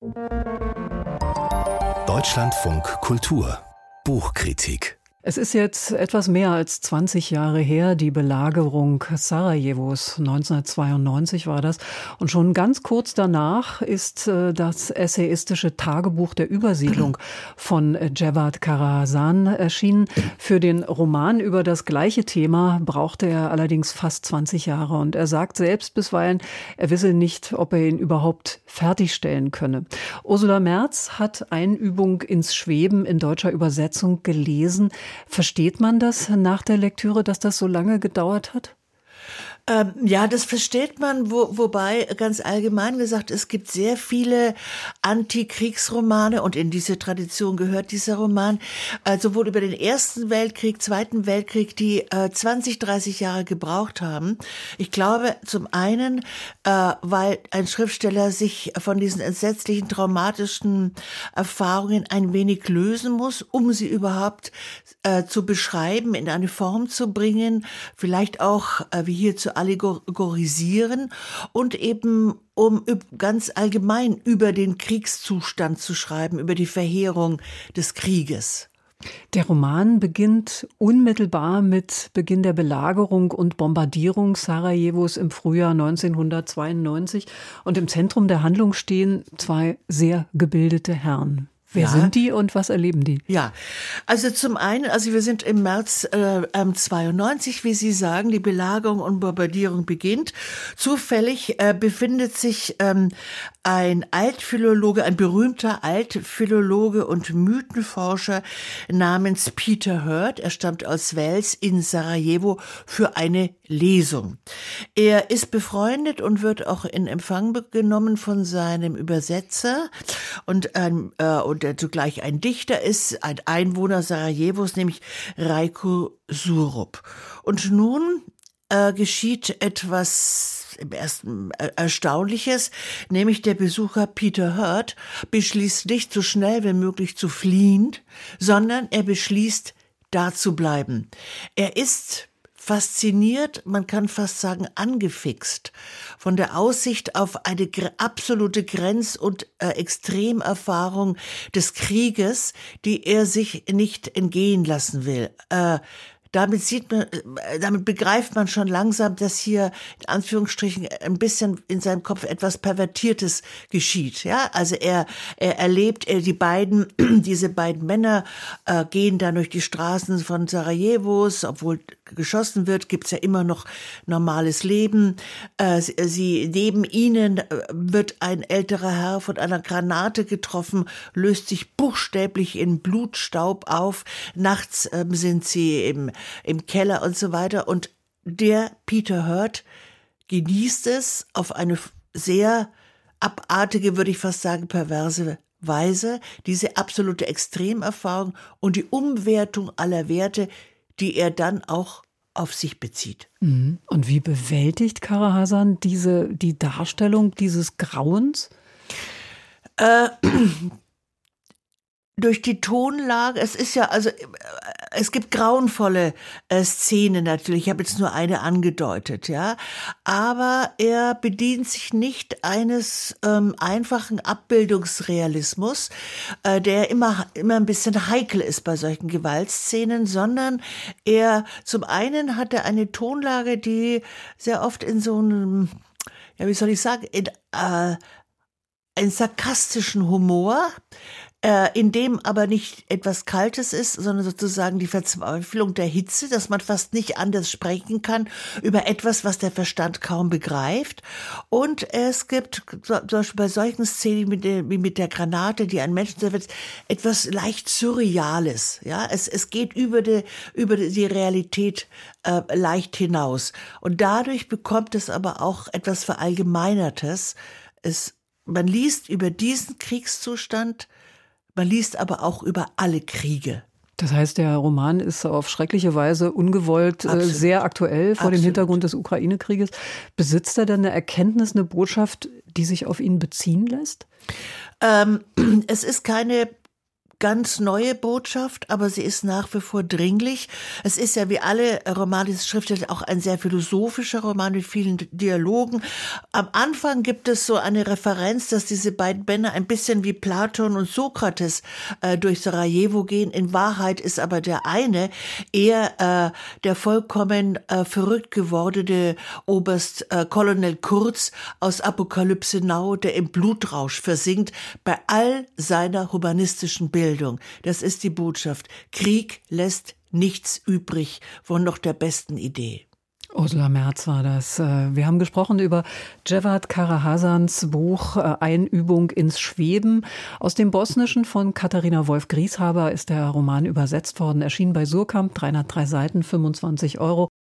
Deutschlandfunk Kultur Buchkritik. Es ist jetzt etwas mehr als 20 Jahre her, die Belagerung Sarajevos. 1992 war das. Und schon ganz kurz danach ist das essayistische Tagebuch der Übersiedlung von Cevat Karahasan erschienen. Für den Roman über das gleiche Thema brauchte er allerdings fast 20 Jahre. Und er sagt selbst bisweilen, er wisse nicht, ob er ihn überhaupt fertigstellen könne. Ursula Merz hat Einübung ins Schweben in deutscher Übersetzung gelesen. Versteht man das nach der Lektüre, dass das so lange gedauert hat? Ja, das versteht man, wobei ganz allgemein gesagt, es gibt sehr viele Antikriegsromane und in diese Tradition gehört dieser Roman, sowohl über den Ersten Weltkrieg, Zweiten Weltkrieg, die 20, 30 Jahre gebraucht haben. Ich glaube zum einen, weil ein Schriftsteller sich von diesen entsetzlichen, traumatischen Erfahrungen ein wenig lösen muss, um sie überhaupt zu beschreiben, in eine Form zu bringen, vielleicht auch, wie hier zu allegorisieren und eben um ganz allgemein über den Kriegszustand zu schreiben, über die Verheerung des Krieges. Der Roman beginnt unmittelbar mit Beginn der Belagerung und Bombardierung Sarajevos im Frühjahr 1992. Und im Zentrum der Handlung stehen zwei sehr gebildete Herren. Wer sind die und was erleben die? Ja, also zum einen, wir sind im März 92, wie Sie sagen, die Belagerung und Bombardierung beginnt. Zufällig befindet sich ein Altphilologe, ein berühmter Altphilologe und Mythenforscher namens Peter Hurt. Er stammt aus Wels in Sarajevo für eine Lesung. Er ist befreundet und wird auch in Empfang genommen von seinem Übersetzer und der zugleich ein Dichter ist, ein Einwohner Sarajevos, nämlich Rajko Surup. Und nun geschieht etwas im ersten Erstaunliches, nämlich der Besucher Peter Hurt beschließt nicht so schnell wie möglich zu fliehen, sondern er beschließt, da zu bleiben. Er ist fasziniert, man kann fast sagen angefixt von der Aussicht auf eine absolute Grenz- und Extremerfahrung des Krieges, die er sich nicht entgehen lassen will. Damit begreift man schon langsam, dass hier in Anführungsstrichen ein bisschen in seinem Kopf etwas Pervertiertes geschieht. Ja, also er erlebt, diese beiden Männer gehen dann durch die Straßen von Sarajevos, obwohl geschossen wird, gibt's ja immer noch normales Leben. Neben ihnen wird ein älterer Herr von einer Granate getroffen, löst sich buchstäblich in Blutstaub auf. Nachts sind sie im Keller und so weiter. Und der Peter Hurt genießt es auf eine sehr abartige, würde ich fast sagen, perverse Weise, diese absolute Extremerfahrung und die Umwertung aller Werte, die er dann auch auf sich bezieht. Und wie bewältigt Karahasan die Darstellung dieses Grauens? Durch die Tonlage, es gibt grauenvolle Szenen natürlich, ich habe jetzt nur eine angedeutet, ja, aber er bedient sich nicht eines einfachen Abbildungsrealismus, der immer ein bisschen heikel ist bei solchen Gewaltszenen, sondern zum einen hat er eine Tonlage, die sehr oft in so einem, ja, wie soll ich sagen, einen sarkastischen Humor, in dem aber nicht etwas Kaltes ist, sondern sozusagen die Verzweiflung der Hitze, dass man fast nicht anders sprechen kann über etwas, was der Verstand kaum begreift. Und es gibt zum Beispiel bei solchen Szenen wie mit der Granate, die ein Menschen zerfetzt, etwas leicht Surreales. Ja, es geht über die Realität leicht hinaus. Und dadurch bekommt es aber auch etwas Verallgemeinertes. Man liest über diesen Kriegszustand, man liest aber auch über alle Kriege. Das heißt, der Roman ist auf schreckliche Weise ungewollt sehr aktuell vor dem Hintergrund des Ukraine-Krieges. Besitzt er denn eine Erkenntnis, eine Botschaft, die sich auf ihn beziehen lässt? Es ist keine ganz neue Botschaft, aber sie ist nach wie vor dringlich. Es ist ja wie alle Romane des Schriftstellers auch ein sehr philosophischer Roman mit vielen Dialogen. Am Anfang gibt es so eine Referenz, dass diese beiden Männer ein bisschen wie Platon und Sokrates durch Sarajevo gehen. In Wahrheit ist aber der eine eher der vollkommen verrückt gewordene Oberst Colonel Kurz aus Apokalypse Now, der im Blutrausch versinkt bei all seiner humanistischen Bildung. Das ist die Botschaft. Krieg lässt nichts übrig von noch der besten Idee. Ursula Merz war das. Wir haben gesprochen über Cevat Karahasans Buch Einübung ins Schweben. Aus dem Bosnischen von Katharina Wolf-Grieshaber ist der Roman übersetzt worden, erschien bei Surkamp, 303 Seiten, 25 €.